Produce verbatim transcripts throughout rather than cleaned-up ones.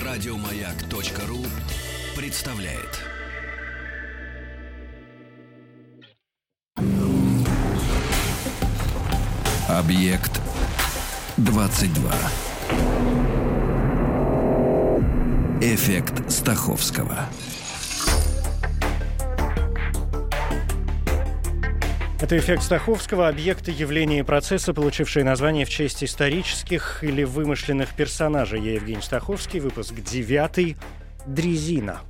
Радиомаяк.ру представляет. Объект двадцать два. Эффект Стаховского. Это эффект Стаховского, объекты, явления и процессы, получившие название в честь исторических или вымышленных персонажей. Я Евгений Стаховский, выпуск девятый. Дрезина.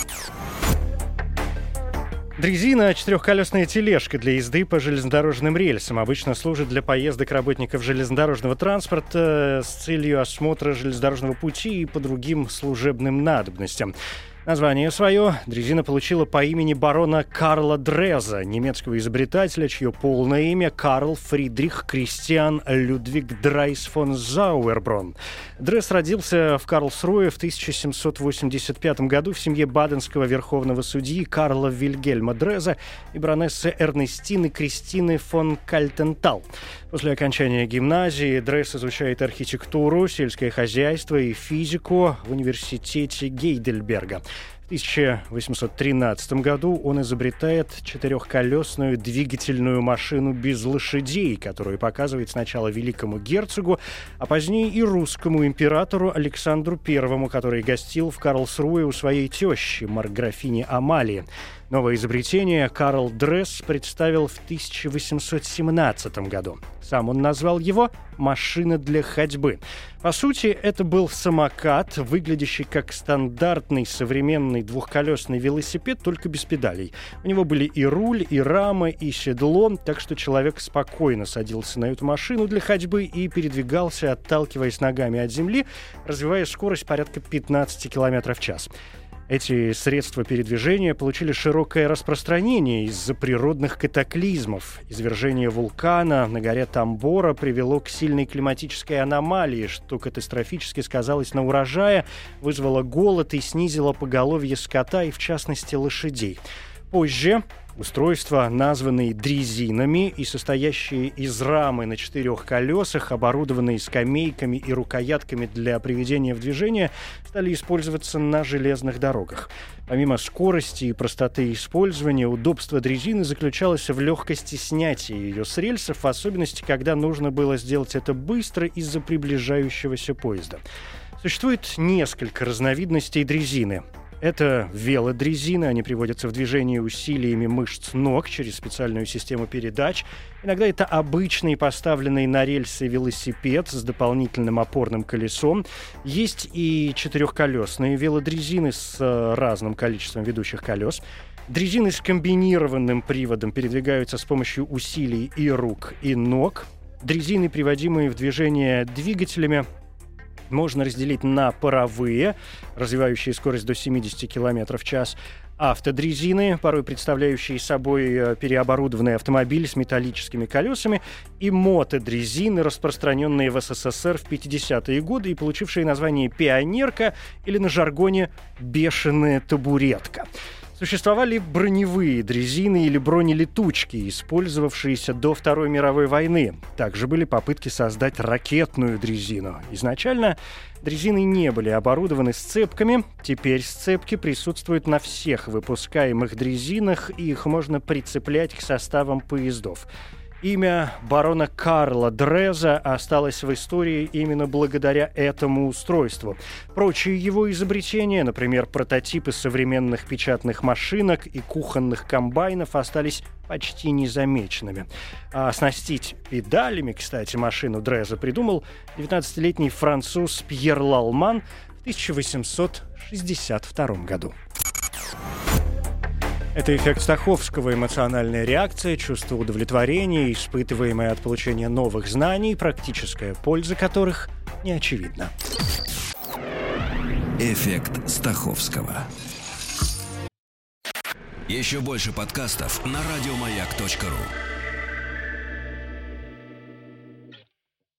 Дрезина – четырехколесная тележка для езды по железнодорожным рельсам. Обычно служит для поездок работников железнодорожного транспорта с целью осмотра железнодорожного пути и по другим служебным надобностям. Название свое дрезина получила по имени барона Карла Дреза, немецкого изобретателя, чье полное имя Карл Фридрих Кристиан Людвиг Драйс фон Зауэрброн. Дрез родился в Карлсруэ в тысяча семьсот восемьдесят пятом году в семье баденского верховного судьи Карла Вильгельма Дреза и баронессы Эрнестины Кристины фон Кальтентал. После окончания гимназии Дрез изучает архитектуру, сельское хозяйство и физику в университете Гейдельберга. В тысяча восемьсот тринадцатом году он изобретает четырехколесную двигательную машину без лошадей, которую показывает сначала великому герцогу, а позднее и русскому императору Александру Первому, который гостил в Карлсруэ у своей тещи, марграфини Амалии. Новое изобретение Карл Дрез представил в тысяча восемьсот семнадцатом году. Сам он назвал его «машина для ходьбы». По сути, это был самокат, выглядящий как стандартный современный двухколесный велосипед, только без педалей. У него были и руль, и рама, и седло, так что человек спокойно садился на эту машину для ходьбы и передвигался, отталкиваясь ногами от земли, развивая скорость порядка пятнадцать километров в час. Эти средства передвижения получили широкое распространение из-за природных катаклизмов. Извержение вулкана на горе Тамбора привело к сильной климатической аномалии, что катастрофически сказалось на урожае, вызвало голод и снизило поголовье скота и, в частности, лошадей. Позже устройства, названные дрезинами и состоящие из рамы на четырех колесах, оборудованные скамейками и рукоятками для приведения в движение, стали использоваться на железных дорогах. Помимо скорости и простоты использования, удобство дрезины заключалось в легкости снятия ее с рельсов, в особенности, когда нужно было сделать это быстро из-за приближающегося поезда. Существует несколько разновидностей дрезины. Это велодрезины, они приводятся в движение усилиями мышц ног через специальную систему передач. Иногда это обычный поставленный на рельсы велосипед с дополнительным опорным колесом. Есть и четырехколесные велодрезины с разным количеством ведущих колес. Дрезины с комбинированным приводом передвигаются с помощью усилий и рук, и ног. Дрезины, приводимые в движение двигателями, можно разделить на паровые, развивающие скорость до семьдесят километров в час, автодрезины, порой представляющие собой переоборудованный автомобиль с металлическими колесами, и мотодрезины, распространенные в СССР в пятидесятые годы и получившие название «пионерка» или на жаргоне «бешеная табуретка». Существовали броневые дрезины или бронелетучки, использовавшиеся до Второй мировой войны. Также были попытки создать ракетную дрезину. Изначально дрезины не были оборудованы сцепками. Теперь сцепки присутствуют на всех выпускаемых дрезинах, и их можно прицеплять к составам поездов. Имя барона Карла Дреза осталось в истории именно благодаря этому устройству. Прочие его изобретения, например, прототипы современных печатных машинок и кухонных комбайнов, остались почти незамеченными. А оснастить педалями, кстати, машину Дреза придумал девятнадцатилетний француз Пьер Лалман в тысяча восемьсот шестьдесят втором году. Это эффект Стаховского, эмоциональная реакция, чувство удовлетворения, испытываемое от получения новых знаний, практическая польза которых не очевидна. Эффект Стаховского. Еще больше подкастов на радиомаяк точка ру.